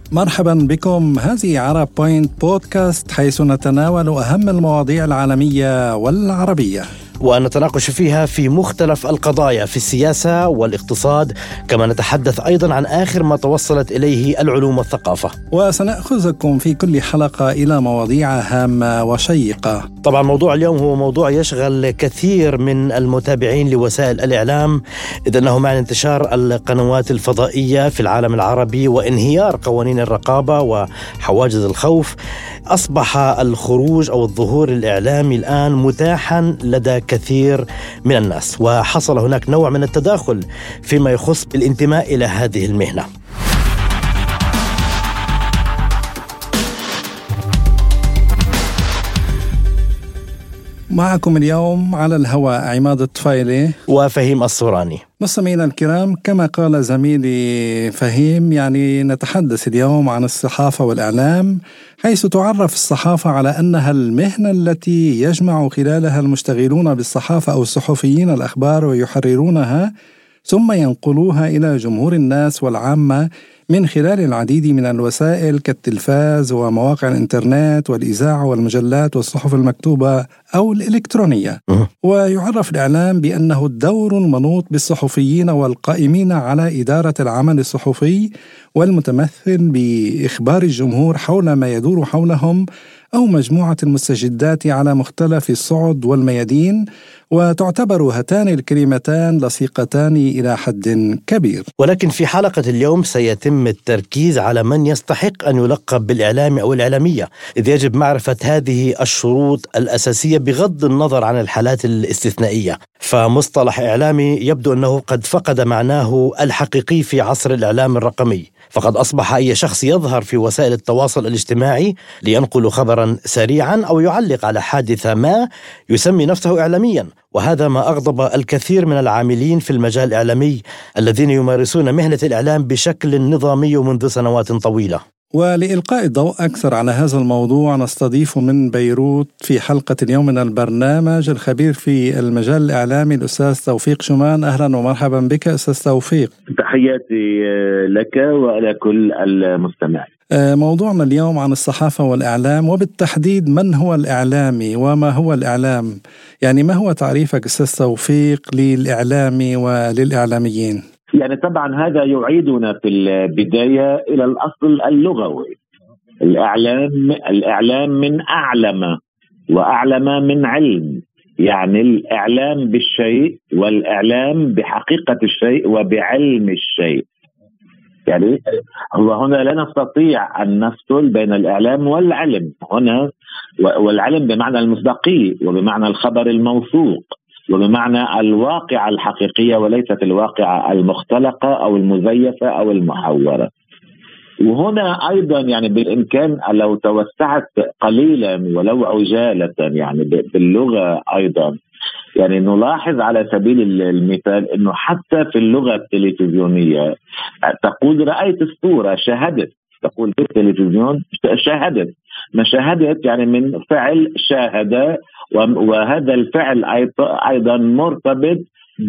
مرحبا بكم. هذه عرب بوينت بودكاست، حيث نتناول أهم المواضيع العالمية والعربية ونتناقش فيها في مختلف القضايا في السياسة والاقتصاد، كما نتحدث أيضا عن آخر ما توصلت إليه العلوم والثقافة. وسنأخذكم في كل حلقة إلى مواضيع هامة وشيقة. طبعا موضوع اليوم هو موضوع يشغل كثير من المتابعين لوسائل الإعلام، إذ أنه مع انتشار القنوات الفضائية في العالم العربي وانهيار قوانين الرقابة وحواجز الخوف، أصبح الخروج أو الظهور الإعلامي الآن متاحا لدى كثير من الناس، وحصل هناك نوع من التداخل فيما يخص الانتماء إلى هذه المهنة. معكم اليوم على الهواء عماد الطفيلي وفهيم الصوراني. مستمعينا الكرام، كما قال زميلي فهيم، نتحدث اليوم عن الصحافة والإعلام، حيث تعرف الصحافة على أنها المهنة التي يجمع خلالها المشتغلون بالصحافة أو الصحفيين الأخبار ويحررونها ثم ينقلوها إلى جمهور الناس والعامة من خلال العديد من الوسائل كالتلفاز ومواقع الإنترنت والإذاعة والمجلات والصحف المكتوبة أو الإلكترونية. ويعرف الإعلام بأنه الدور المنوط بالصحفيين والقائمين على إدارة العمل الصحفي، والمتمثل بإخبار الجمهور حول ما يدور حولهم أو مجموعة المستجدات على مختلف الصعد والميادين، وتعتبر هاتان الكلمتان لصيقتان إلى حد كبير. ولكن في حلقة اليوم سيتم التركيز على من يستحق أن يلقب بالإعلامي أو الإعلامية، إذ يجب معرفة هذه الشروط الأساسية بغض النظر عن الحالات الاستثنائية. فمصطلح إعلامي يبدو أنه قد فقد معناه الحقيقي في عصر الإعلام الرقمي، فقد أصبح أي شخص يظهر في وسائل التواصل الاجتماعي لينقل خبرا سريعا أو يعلق على حادثة ما يسمي نفسه إعلاميا. وهذا ما أغضب الكثير من العاملين في المجال الإعلامي الذين يمارسون مهنة الإعلام بشكل نظامي منذ سنوات طويلة. ولإلقاء الضوء أكثر على هذا الموضوع نستضيف من بيروت في حلقة اليوم من البرنامج الخبير في المجال الإعلامي الأستاذ توفيق شومان. أهلا ومرحبا بك أستاذ توفيق. تحياتي لك وعلى كل المستمعين. موضوعنا اليوم عن الصحافة والإعلام، وبالتحديد من هو الإعلامي وما هو الإعلام. ما هو تعريفك أستاذ توفيق للإعلامي وللإعلاميين؟ طبعا هذا يعيدنا في البداية إلى الأصل اللغوي. الإعلام من أعلم، وأعلم من علم، الإعلام بالشيء والإعلام بحقيقة الشيء وبعلم الشيء. هو هنا لا نستطيع أن نفصل بين الإعلام والعلم هنا، والعلم بمعنى المصداقية وبمعنى الخبر الموثوق وبمعنى الواقعة الحقيقية، وليست الواقعة المختلقة أو المزيفة أو المحورة. وهنا أيضا بالإمكان لو توسعت قليلا ولو عجالة باللغة أيضا، نلاحظ على سبيل المثال أنه حتى في اللغة التلفزيونية تقول رأيت الصورة، شاهدت، تقول في التلفزيون شاهدت. ما شاهدت من فعل شاهد، وهذا الفعل أيضا مرتبط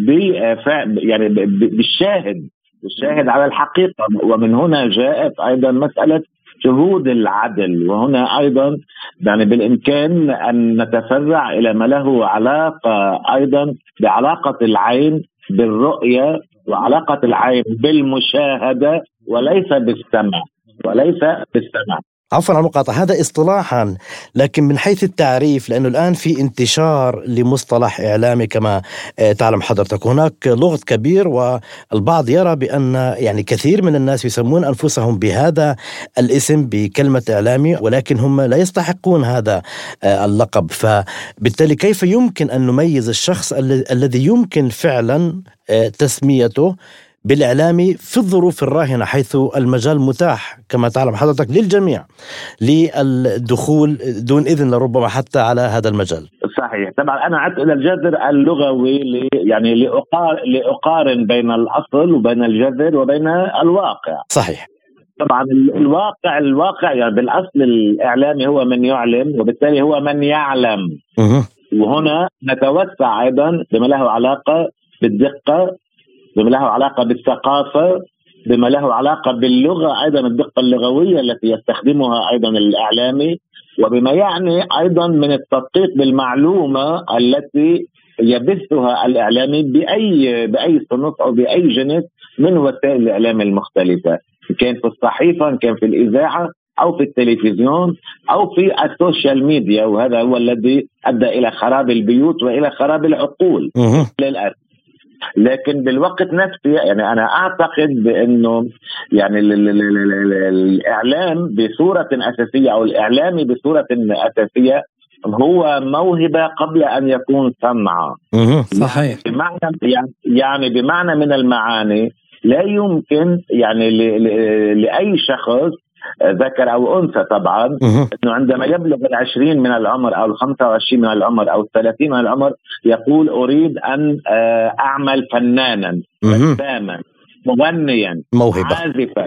بالشاهد على الحقيقة. ومن هنا جاءت أيضا مسألة شهود العدل. وهنا أيضا بالإمكان أن نتفرع إلى ما له علاقة أيضا بعلاقة العين بالرؤية، وعلاقة العين بالمشاهدة وليس بالسمع. عفوا على المقاطعة، هذا اصطلاحا، لكن من حيث التعريف، لأنه الآن في انتشار لمصطلح إعلامي كما تعلم حضرتك، هناك لغط كبير، والبعض يرى بأن كثير من الناس يسمون أنفسهم بهذا الاسم بكلمة إعلامي، ولكن هم لا يستحقون هذا اللقب. فبالتالي كيف يمكن أن نميز الشخص الذي يمكن فعلا تسميته بالإعلامي في الظروف الراهنة، حيث المجال متاح كما تعلم حضرتك للجميع للدخول دون إذن لربما حتى على هذا المجال؟ صحيح. طبعا أنا عدت إلى الجذر اللغوي لأقارن بين الأصل وبين الجذر وبين الواقع. صحيح. طبعا الواقع بالأصل الإعلامي هو من يعلم، وبالتالي هو من يعلم. وهنا نتوسع أيضا بما له علاقة بالدقة، بما له علاقة بالثقافة، بما له علاقة باللغة أيضا، الدقة اللغوية التي يستخدمها أيضا الإعلامي، وبما يعني أيضا من التدقيق بالمعلومة التي يبثها الإعلامي بأي صنف أو بأي جنس من وسائل الإعلام المختلفة، إن كان في الصحيفة، إن كان في الإذاعة أو في التلفزيون أو في السوشيال ميديا. وهذا هو الذي أدى إلى خراب البيوت وإلى خراب العقول للأسف. لكن بالوقت نفسه يعني أنا أعتقد بأنه يعني الإعلام بصورة أساسية أو الإعلامي بصورة أساسية هو موهبة قبل أن يكون صنعة. صحيح. يعني بمعنى من المعاني لا يمكن يعني لأي شخص ذكر أو أنثى طبعا أنه عندما يبلغ 20 من العمر أو 25 من العمر أو 30 من العمر يقول أريد أن أعمل فنانا، رساما، مغنيا، موهبة، عازفا.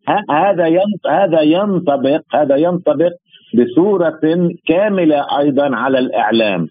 هذا ينطبق بصورة كاملة أيضا على الإعلام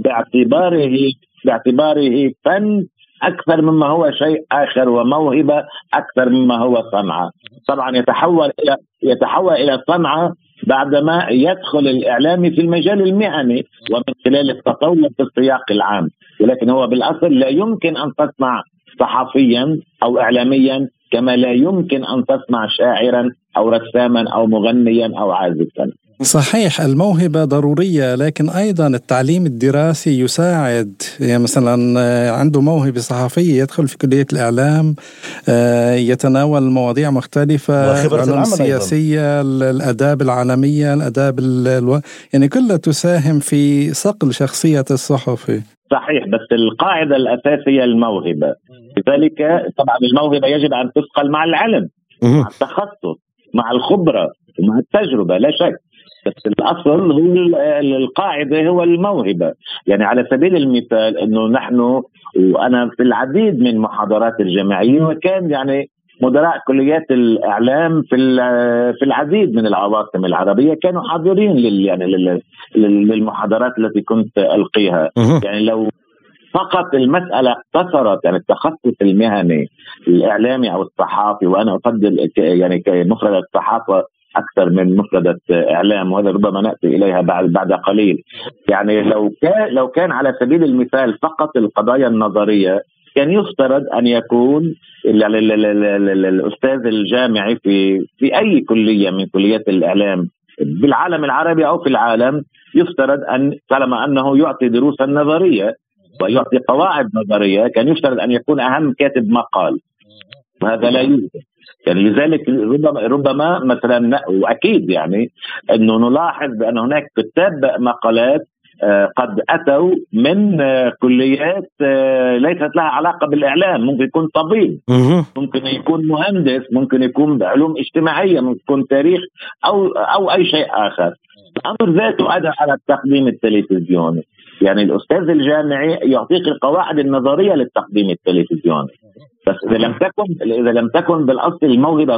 باعتباره فن أكثر مما هو شيء آخر، وموهبة أكثر مما هو صنعة. طبعا يتحول إلى صنعة بعدما يدخل الإعلامي في المجال المهني ومن خلال التطور في السياق العام، ولكن هو بالأصل لا يمكن أن تصنع صحفيا أو إعلاميا كما لا يمكن أن تصنع شاعرا أو رساما أو مغنيا أو عازفا. صحيح، الموهبة ضرورية، لكن أيضا التعليم الدراسي يساعد. يعني مثلا عنده موهبة صحفية يدخل في كلية الإعلام، يتناول مواضيع مختلفة، العلوم السياسية، الآداب العالمية، الآداب يعني كلها تساهم في صقل شخصية الصحفي. صحيح، بس القاعدة الأساسية الموهبة، لذلك طبعا الموهبة يجب أن تثقل مع العلم، مع التخصص، مع الخبرة ومع التجربة، لا شك. بس الأصل هو القاعدة هو الموهبة. يعني على سبيل المثال أنه نحن وأنا في العديد من محاضرات الجامعية، وكان يعني مدراء كليات الإعلام في العديد من العواصم العربية كانوا حاضرين للمحاضرات التي كنت ألقيها. يعني لو فقط المسألة اقتصرت يعني التخصص المهني الإعلامي أو الصحافي، وأنا أفضل يعني كمفردة الصحافة أكثر من مفردة إعلام، وهذا ربما نأتي إليها بعد قليل. يعني لو كان على سبيل المثال فقط القضايا النظرية، كان يفترض أن يكون الأستاذ الجامعي في أي كلية من كليات الإعلام بالعالم العربي أو في العالم، يفترض أن طالما أنه يعطي دروسا نظرية ويعطي قواعد نظرية، كان يفترض أن يكون أهم كاتب مقال، وهذا لا يوجد. يعني لذلك ربما مثلا، وأكيد يعني أنه نلاحظ بأن هناك كتاب مقالات قد أتوا من كليات ليست لها علاقة بالإعلام، ممكن يكون طبيب، ممكن يكون مهندس، ممكن يكون بعلوم اجتماعية، ممكن يكون تاريخ أو أي شيء آخر. الأمر ذاته أدى على التقديم التلفزيوني. يعني الأستاذ الجامعي يعطيك القواعد النظرية للتقديم التلفزيوني، بس إذا لم تكن بالأصل الموهبة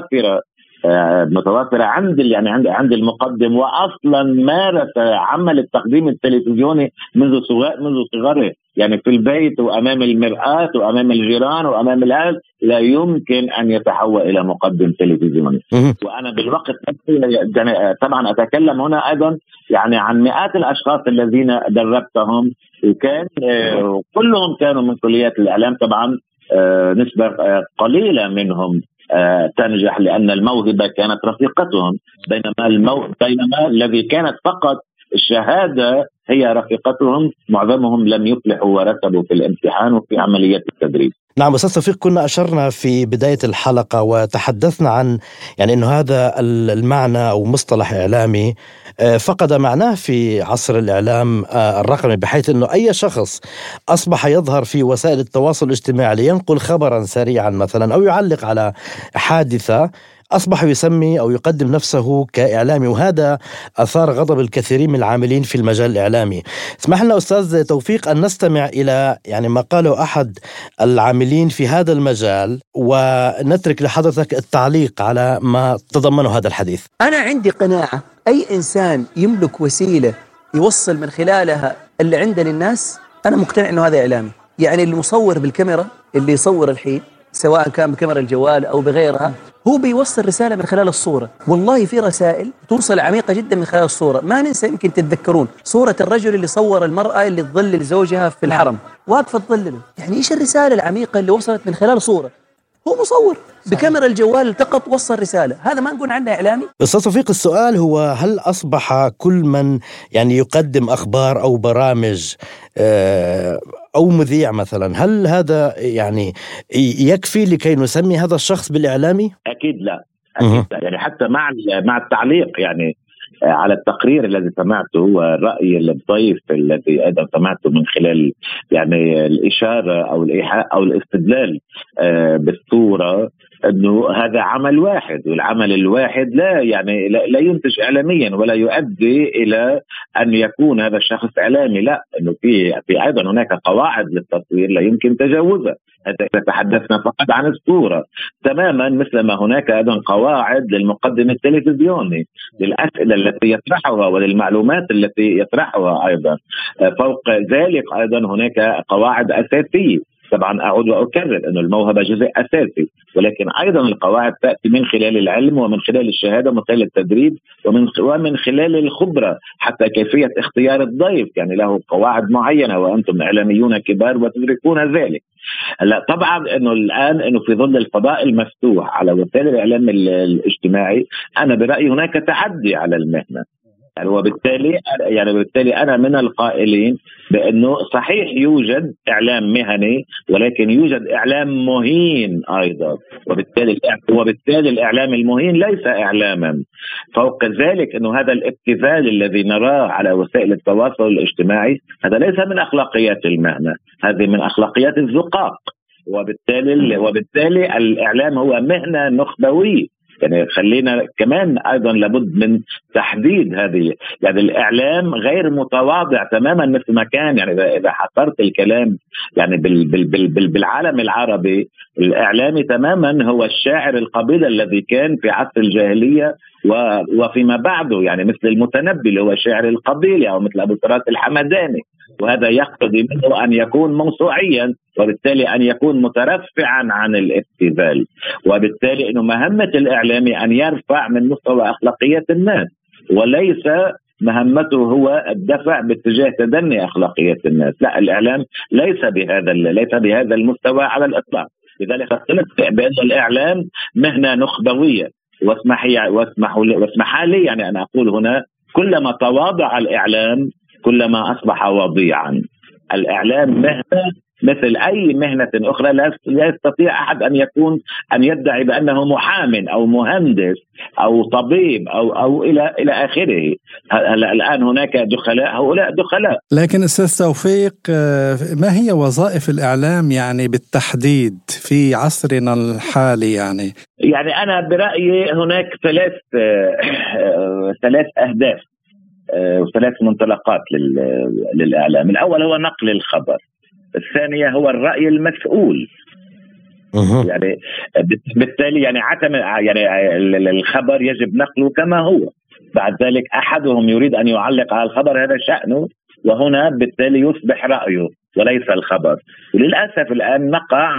متوفرة عند المقدم، وأصلا مارس عمل التقديم التلفزيوني منذ صغره، يعني في البيت وأمام المرآة وأمام الجيران وأمام الأهل، لا يمكن أن يتحول إلى مقدم تلفزيوني. وأنا بالوقت يعني طبعا أتكلم هنا أيضا يعني عن مئات الأشخاص الذين دربتهم، وكان كلهم كانوا من كليات الإعلام. طبعا نسبة قليلة منهم تنجح لأن الموهبة كانت رفيقتهم، بينما الذي كانت فقط الشهادة هي رفيقتهم، معظمهم لم يفلحوا ورتبوا في الامتحان وفي عملية التدريب. نعم أستاذ توفيق، كنا أشرنا في بداية الحلقة وتحدثنا عن يعني أنه هذا المعنى أو مصطلح إعلامي فقد معناه في عصر الإعلام الرقمي، بحيث أنه أي شخص أصبح يظهر في وسائل التواصل الاجتماعي لينقل خبرا سريعا مثلا أو يعلق على حادثة، أصبح يسمي أو يقدم نفسه كإعلامي، وهذا أثار غضب الكثيرين من العاملين في المجال الإعلامي. اسمح لنا أستاذ توفيق أن نستمع إلى يعني ما قاله أحد العاملين في هذا المجال، ونترك لحضرتك التعليق على ما تضمنه هذا الحديث. أنا عندي قناعة أي إنسان يملك وسيلة يوصل من خلالها اللي عنده للناس، أنا مقتنع أنه هذا إعلامي. يعني المصور بالكاميرا اللي يصور الحين سواء كان بكاميرا الجوال أو بغيرها، هو بيوصل رسالة من خلال الصورة. والله في رسائل توصل عميقة جدا من خلال الصورة. ما ننسى، يمكن تتذكرون صورة الرجل اللي صور المرأة اللي تظلل زوجها في الحرم، واقفة تظلله. يعني إيش الرسالة العميقة اللي وصلت من خلال صورة؟ هو مصور بكاميرا الجوال التقط وصل رسالة. هذا ما نقول عنه إعلامي؟ أستاذ توفيق، السؤال هو هل أصبح كل من يعني يقدم أخبار أو برامج أو مذيع مثلا، هل هذا يعني يكفي لكي نسمي هذا الشخص بالإعلامي؟ أكيد لا، أكيد لا. يعني حتى مع التعليق يعني على التقرير الذي سمعته والرأي الضيف الذي أيضا سمعته من خلال يعني الإشارة أو الإيحاء أو الاستدلال بالصورة، أنه هذا عمل واحد، والعمل الواحد لا ينتج إعلاميا ولا يؤدي إلى أن يكون هذا الشخص إعلامي. لا، أنه في أيضا هناك قواعد للتصوير لا يمكن تجاوزها. إذا تحدثنا فقط عن الصورة، تماما مثل ما هناك أيضا قواعد للمقدم التلفزيوني، للأسئلة التي يطرحها وللمعلومات التي يطرحها أيضا. فوق ذلك أيضا هناك قواعد أساسية. طبعا أعود وأكرر أن الموهبة جزء أساسي، ولكن أيضا القواعد تأتي من خلال العلم ومن خلال الشهادة ومن خلال التدريب ومن خلال الخبرة، حتى كيفية اختيار الضيف يعني له قواعد معينة، وأنتم إعلاميون كبار وتدركون ذلك. لا طبعا انه في ظل الفضاء المفتوح على وسائل الاعلام الاجتماعي، انا برايي هناك تحدي على المهنه. يعني وبالتالي انا من القائلين بانه صحيح يوجد اعلام مهني، ولكن يوجد اعلام مهين ايضا، وبالتالي الاعلام المهين ليس اعلاما. فوق ذلك انه هذا الابتذال الذي نراه على وسائل التواصل الاجتماعي هذا ليس من اخلاقيات المهنه، هذه من اخلاقيات الزقاق. وبالتالي الاعلام هو مهنه نخبويه. يعني خلينا كمان أيضا لابد من تحديد هذه، يعني الإعلام غير متواضع تماما مثل ما كان. يعني إذا حصرت الكلام يعني بالعالم العربي، الإعلامي تماما هو الشاعر القبيلة الذي كان في عصر الجاهلية وفيما بعده، يعني مثل المتنبي اللي هو شاعر القبيلة، أو مثل أبو سراج الحمداني. وهذا يقتضي منه أن يكون موسوعيا، وبالتالي أن يكون مترفعا عن الابتذال، وبالتالي أنه مهمة الإعلامي أن يرفع من مستوى أخلاقيات الناس، وليس مهمته هو الدفع باتجاه تدني أخلاقيات الناس. لا، الإعلام ليس بهذا المستوى على الإطلاق. لذلك قلت بأن الإعلام مهنة نخبوية. واسمح لي يعني أنا أقول هنا، كلما تواضع الإعلام كلما أصبح وضيعا. الإعلام مهنة مثل أي مهنة أخرى، لا يستطيع أحد أن يدعي بأنه محامٍ أو مهندس أو طبيب أو إلى آخره. الآن هناك دخلاء، هؤلاء دخلاء. لكن أستاذ توفيق، ما هي وظائف الإعلام يعني بالتحديد في عصرنا الحالي؟ يعني أنا برأيي هناك ثلاث أهداف وثلاث منطلقات للإعلام. الأول هو نقل الخبر، الثانية هو الرأي المسؤول. يعني بالتالي يعني الخبر يجب نقله كما هو. بعد ذلك أحدهم يريد أن يعلق على الخبر، هذا شأنه، وهنا بالتالي يصبح رأيه وليس الخبر. وللأسف الآن نقع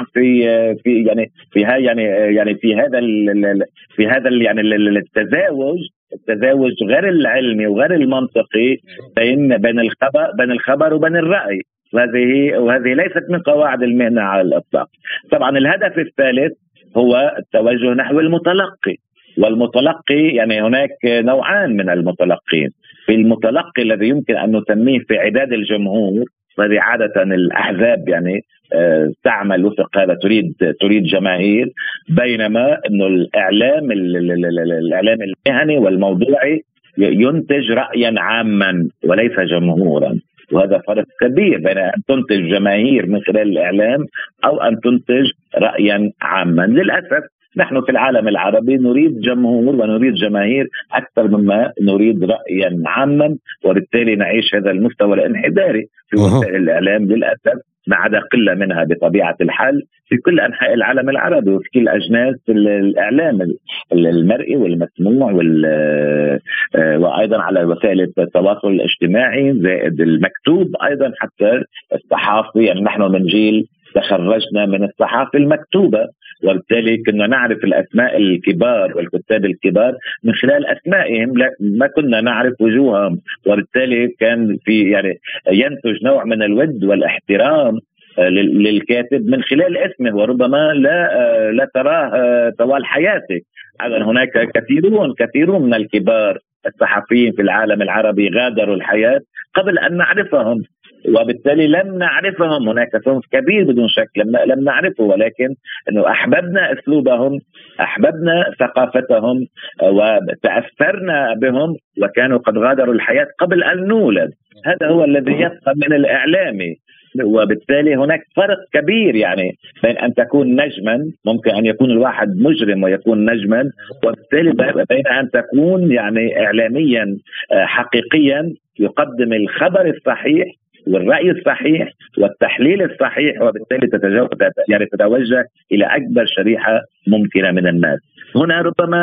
في هذا التزاوج غير العلمي وغير المنطقي بين الخبر وبين الرأي، وهذه ليست من قواعد المهنة على الإطلاق. طبعا الهدف الثالث هو التوجه نحو المتلقي. والمتلقي يعني هناك نوعان من المتلقين. في المتلقي الذي يمكن أن نسميه في عداد الجمهور، وهذه عادة الأحزاب يعني تعمل وفق هذا، تريد جماهير، بينما أنه الإعلام المهني والموضوعي ينتج رأيا عاما وليس جمهورا. وهذا فرق كبير بين أن تنتج جماهير من خلال الإعلام أو أن تنتج رأيا عاما. للأسف نحن في العالم العربي نريد جمهور ونريد جماهير أكثر مما نريد رأيا عاما، وبالتالي نعيش هذا المستوى الانحداري في وسائل الإعلام للأسف، ما عدا قلة منها بطبيعة الحال في كل أنحاء العالم العربي وفي كل أجناس الإعلام المرئي والمسموع وأيضا على وسائل التواصل الاجتماعي زائد المكتوب أيضا، حتى الصحافي. يعني نحن من جيل تخرجنا من الصحافة المكتوبة، وبالتالي كنا نعرف الأسماء الكبار والكتاب الكبار من خلال أسمائهم، ما كنا نعرف وجوههم، وبالتالي كان في يعني ينتج نوع من الود والاحترام للكاتب من خلال اسمه، وربما لا تراه طوال حياته. هناك كثيرون من الكبار الصحفيين في العالم العربي غادروا الحياة قبل أن نعرفهم، وبالتالي لم نعرفهم. هناك صنف كبير بدون شك لم نعرفه، ولكن أنه أحببنا أسلوبهم، أحببنا ثقافتهم، وتأثرنا بهم، وكانوا قد غادروا الحياة قبل أن نولد. هذا هو الذي يبقى من الإعلامي. وبالتالي هناك فرق كبير يعني بين أن تكون نجما، ممكن أن يكون الواحد مجرم ويكون نجما، وبالتالي بين أن تكون يعني إعلاميا حقيقيا يقدم الخبر الصحيح والرأي الصحيح والتحليل الصحيح، وبالتالي تتوجه إلى أكبر شريحة ممكنة من الناس. هنا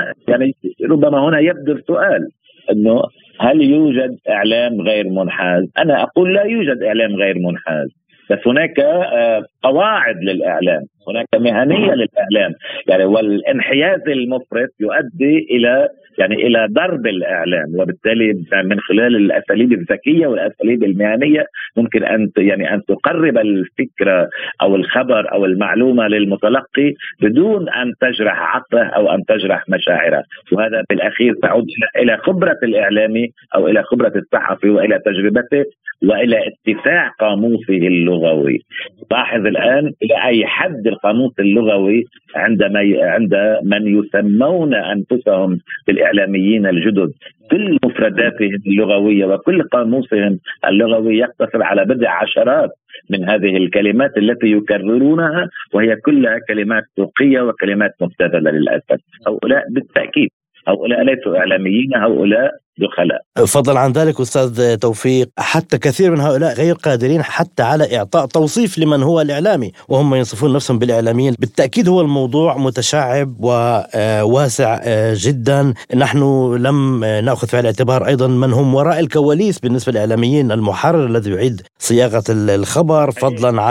ربما هنا يبدو السؤال أنه هل يوجد إعلام غير منحاز؟ أنا أقول لا يوجد إعلام غير منحاز، بس هناك قواعد للإعلام، هناك مهنية للإعلام يعني، والانحياز المفرط يؤدي إلى ضرب الإعلام، وبالتالي من خلال الأساليب الذكية والأساليب المهنية ممكن أن تقرب الفكرة أو الخبر أو المعلومة للمتلقي بدون أن تجرح عقله أو أن تجرح مشاعره، وهذا بالأخير تعود إلى خبرة الإعلامي أو إلى خبرة الصحفي وإلى تجربته وإلى اتساع قاموسه اللغوي. لاحظ الآن إلى أي حد القاموس اللغوي عند من يسمون أنفسهم بالإعلاميين الجدد، كل مفرداتهم اللغوية وكل قاموسهم اللغوي يقتصر على بضع عشرات من هذه الكلمات التي يكررونها، وهي كلها كلمات سوقية وكلمات مبتذلة للأسف. هؤلاء بالتأكيد هؤلاء ليسوا إعلاميين، هؤلاء دخلاء. فضلا عن ذلك أستاذ توفيق، حتى كثير من هؤلاء غير قادرين حتى على إعطاء توصيف لمن هو الإعلامي وهم ينصفون نفسهم بالإعلاميين. بالتأكيد هو الموضوع متشعب وواسع جدا. نحن لم نأخذ في الاعتبار أيضا من هم وراء الكواليس بالنسبة للإعلاميين، المحرر الذي يعيد صياغة الخبر، فضلا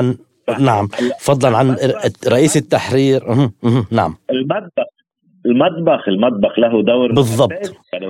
عن رئيس التحرير. نعم، المطبخ له دور بالضبط. يعني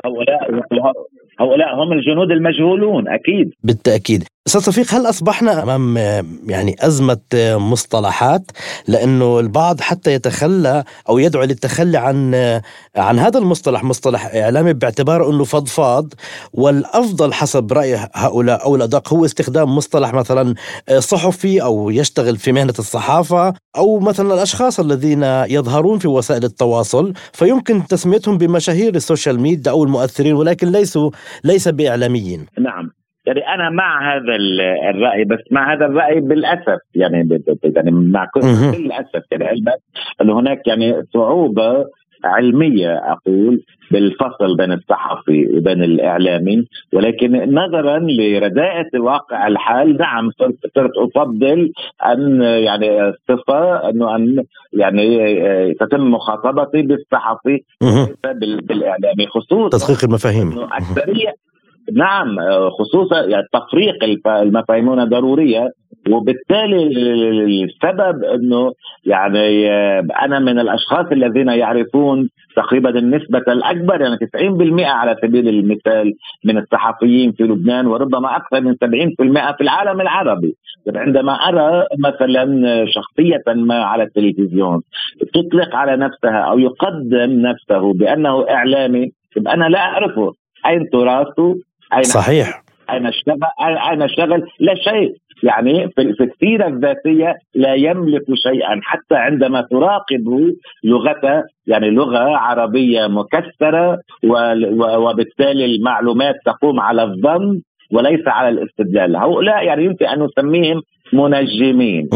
هؤلاء هم الجنود المجهولون أكيد. بالتأكيد. أستاذ توفيق، هل أصبحنا أمام يعني أزمة مصطلحات؟ لأنه البعض حتى يتخلى أو يدعو للتخلي عن هذا المصطلح، مصطلح إعلامي، باعتباره أنه فضفاض، والأفضل حسب رأي هؤلاء أو الأدق هو استخدام مصطلح مثلا صحفي أو يشتغل في مهنة الصحافة، أو مثلا الأشخاص الذين يظهرون في وسائل التواصل فيمكن تسميتهم بمشاهير السوشيال ميديا أو المؤثرين، ولكن ليس بإعلاميين. نعم، يعني أنا مع هذا الرأي، بس مع هذا الرأي بالأسف يعني مع كل الأسف يعني أنه هناك يعني صعوبة علمية أقول بالفصل بين الصحفي وبين الإعلامي، ولكن نظرا لرداءة واقع الحال نعم صرت أفضل أن يعني صفة أن يعني تتم مخاطبتي بالصحفي بالإعلامي، خصوصا تدقيق المفاهيم. نعم، خصوصا يعني تفريق المفاهيم هنا ضرورية، وبالتالي السبب أنه يعني أنا من الأشخاص الذين يعرفون تقريبا النسبة الأكبر يعني 90% على سبيل المثال من الصحفيين في لبنان، وربما أكثر من 70% في العالم العربي. عندما أرى مثلا شخصية ما على التلفزيون تطلق على نفسها أو يقدم نفسه بأنه إعلامي، أنا لا أعرفه أين تراثه، صحيح، أين اشتغل، لا شيء يعني في السيرة الذاتية لا يملك شيئا، حتى عندما تراقب لغته يعني لغة عربية مكسرة، وبالتالي المعلومات تقوم على الظن وليس على الاستدلال. هؤلاء يعني يمكن أن نسميهم منجمين،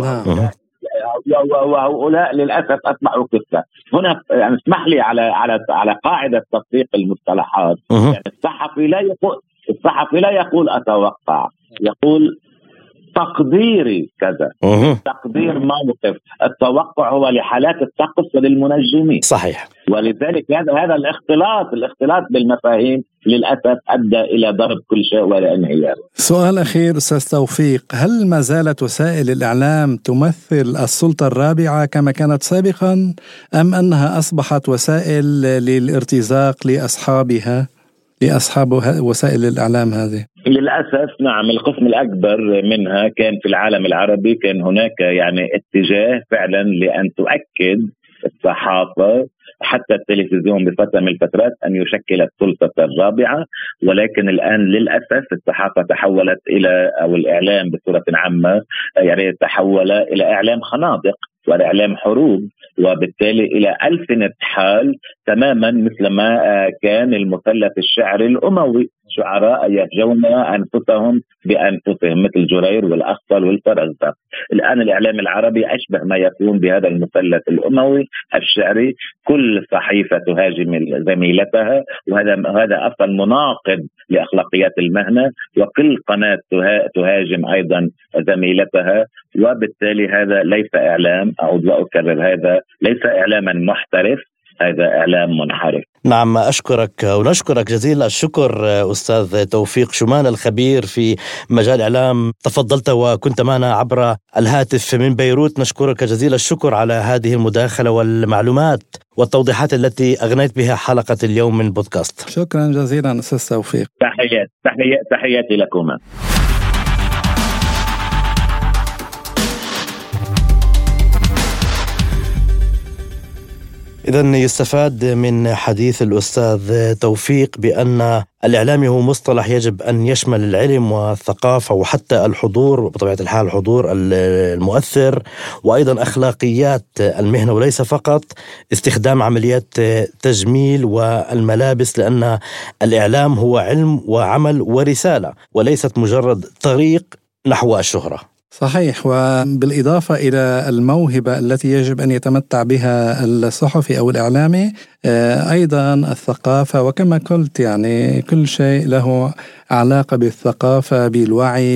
وهؤلاء للأسف أصبحوا قصة. هنا يعني اسمح لي على قاعدة تطبيق المصطلحات، يعني الصحفي لا يقول أتوقع، يقول تقديري كذا، تقدير موقف. التوقع هو لحالات الطقس وللمنجمين. صحيح. ولذلك هذا الاختلاط بالمفاهيم للأسف أدى إلى ضرب كل شيء ولا انهيار. سؤال أخير أستاذ توفيق، هل ما زالت وسائل الإعلام تمثل السلطة الرابعة كما كانت سابقا، أم أنها أصبحت وسائل للارتزاق لأصحاب وسائل الإعلام هذه؟ للأسف نعم، القسم الأكبر منها كان في العالم العربي. كان هناك يعني اتجاه فعلا لأن تؤكد الصحافة حتى التلفزيون بفترة من الفترات أن يشكل السلطة الرابعة، ولكن الآن للأسف الصحافة تحولت إلى، أو الإعلام بصورة عامة يعني تحول إلى إعلام خنادق وإعلام حروب، وبالتالي إلى ألسنة حال تماما مثل ما كان المثلث الشعري الأموي، شعراء يهجون أنفسهم بأنفسهم مثل جرير والأخطل والفرزدق. الآن الإعلام العربي أشبه ما يكون بهذا المثلث الأموي الشعري، كل صحيفة تهاجم زميلتها، وهذا أصلا مناقض لأخلاقيات المهنة، وكل قناة تهاجم أيضا زميلتها، وبالتالي هذا ليس إعلام، أعود وأكرر، هذا ليس إعلاما محترف، هذا إعلام منحرف. نعم، أشكرك ونشكرك جزيل الشكر أستاذ توفيق شومان الخبير في مجال الإعلام. تفضلت وكنت معنا عبر الهاتف من بيروت. نشكرك جزيل الشكر على هذه المداخلة والمعلومات والتوضيحات التي أغنيت بها حلقة اليوم من بودكاست. شكرا جزيلا أستاذ توفيق. تحياتي لكم. إذن يستفاد من حديث الأستاذ توفيق بأن الإعلام هو مصطلح يجب أن يشمل العلم والثقافة وحتى الحضور، بطبيعة الحال الحضور المؤثر، وأيضا أخلاقيات المهنة، وليس فقط استخدام عمليات تجميل والملابس، لأن الإعلام هو علم وعمل ورسالة وليست مجرد طريق نحو الشهرة. صحيح، وبالإضافة إلى الموهبة التي يجب أن يتمتع بها الصحفي أو الإعلامي، أيضا الثقافة، وكما قلت يعني كل شيء له علاقة بالثقافة، بالوعي،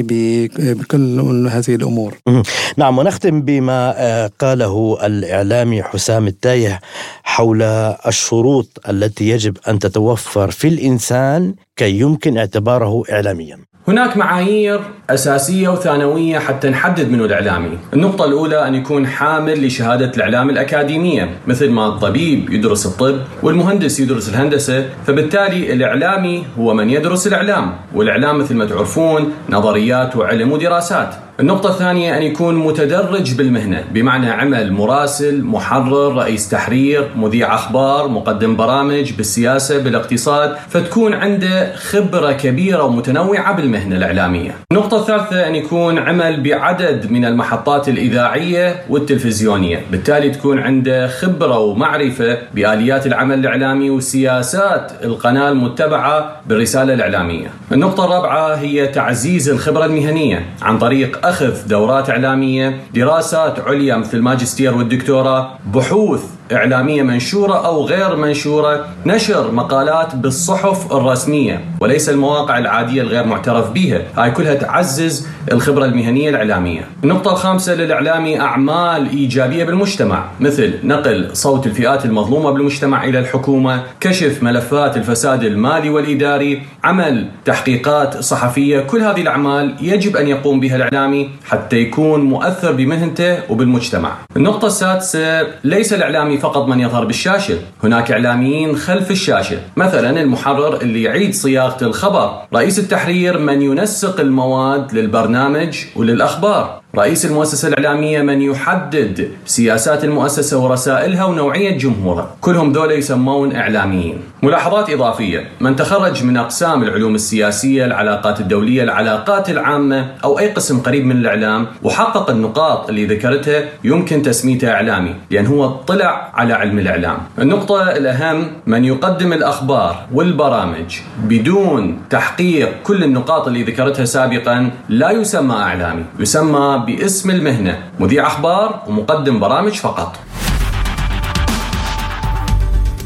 بكل هذه الأمور. نعم، ونختم بما قاله الإعلامي حسام التايه حول الشروط التي يجب أن تتوفر في الإنسان كي يمكن اعتباره إعلاميا. هناك معايير أساسية وثانوية حتى نحدد منه الإعلامي. النقطة الأولى أن يكون حامل لشهادة الإعلام الأكاديمية، مثل ما الطبيب يدرس الطب والمهندس يدرس الهندسة، فبالتالي الإعلامي هو من يدرس الإعلام، والإعلام مثل ما تعرفون نظريات وعلم ودراسات. النقطة الثانية أن يكون متدرج بالمهنة، بمعنى عمل مراسل، محرر، رئيس تحرير، مذيع أخبار، مقدم برامج بالسياسة، بالاقتصاد، فتكون عنده خبرة كبيرة ومتنوعة بالمهنة الإعلامية. النقطة الثالثة أن يكون عمل بعدد من المحطات الإذاعية والتلفزيونية، بالتالي تكون عنده خبرة ومعرفة بآليات العمل الإعلامي وسياسات القناة المتبعة بالرسالة الإعلامية. النقطة الرابعة هي تعزيز الخبرة المهنية عن طريق أخذ دورات إعلامية، دراسات عليا مثل الماجستير والدكتوراه، بحوث إعلامية منشورة أو غير منشورة، نشر مقالات بالصحف الرسمية وليس المواقع العادية الغير معترف بها. هاي كلها تعزز الخبرة المهنية الإعلامية. النقطة الخامسة للإعلامي أعمال إيجابية بالمجتمع، مثل نقل صوت الفئات المظلومة بالمجتمع إلى الحكومة، كشف ملفات الفساد المالي والإداري، عمل تحقيقات صحفية. كل هذه الأعمال يجب أن يقوم بها الإعلامي حتى يكون مؤثر بمهنته وبالمجتمع. النقطة السادسة، ليس الإعلامي فقط من يظهر بالشاشة، هناك إعلاميين خلف الشاشة، مثلا المحرر اللي يعيد صياغة الخبر، رئيس التحرير من ينسق المواد للبرنامج وللأخبار، رئيس المؤسسة الإعلامية من يحدد سياسات المؤسسة ورسائلها ونوعية جمهورها. كلهم ذولا يسمون إعلاميين. ملاحظات إضافية، من تخرج من أقسام العلوم السياسية، العلاقات الدولية، العلاقات العامة أو أي قسم قريب من الإعلام وحقق النقاط اللي ذكرتها يمكن تسميته إعلامي، لأن هو اطلع على علم الإعلام. النقطة الأهم، من يقدم الأخبار والبرامج بدون تحقيق كل النقاط اللي ذكرتها سابقا لا يسمى إعلامي، يسمى باسم المهنة مذيع أخبار ومقدم برامج فقط.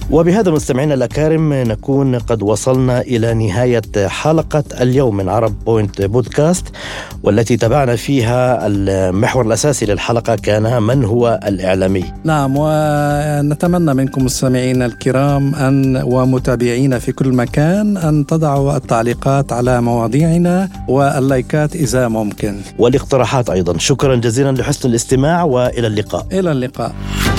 وبهذا مستمعينا الأكارم نكون قد وصلنا إلى نهاية حلقة اليوم من عرب بوينت بودكاست، والتي تابعنا فيها المحور الأساسي للحلقة كان من هو الإعلامي. نعم، ونتمنى منكم مستمعين الكرام ومتابعينا في كل مكان أن تضعوا التعليقات على مواضيعنا واللايكات إذا ممكن، والاقتراحات أيضا. شكرا جزيلا لحسن الاستماع، وإلى اللقاء. إلى اللقاء.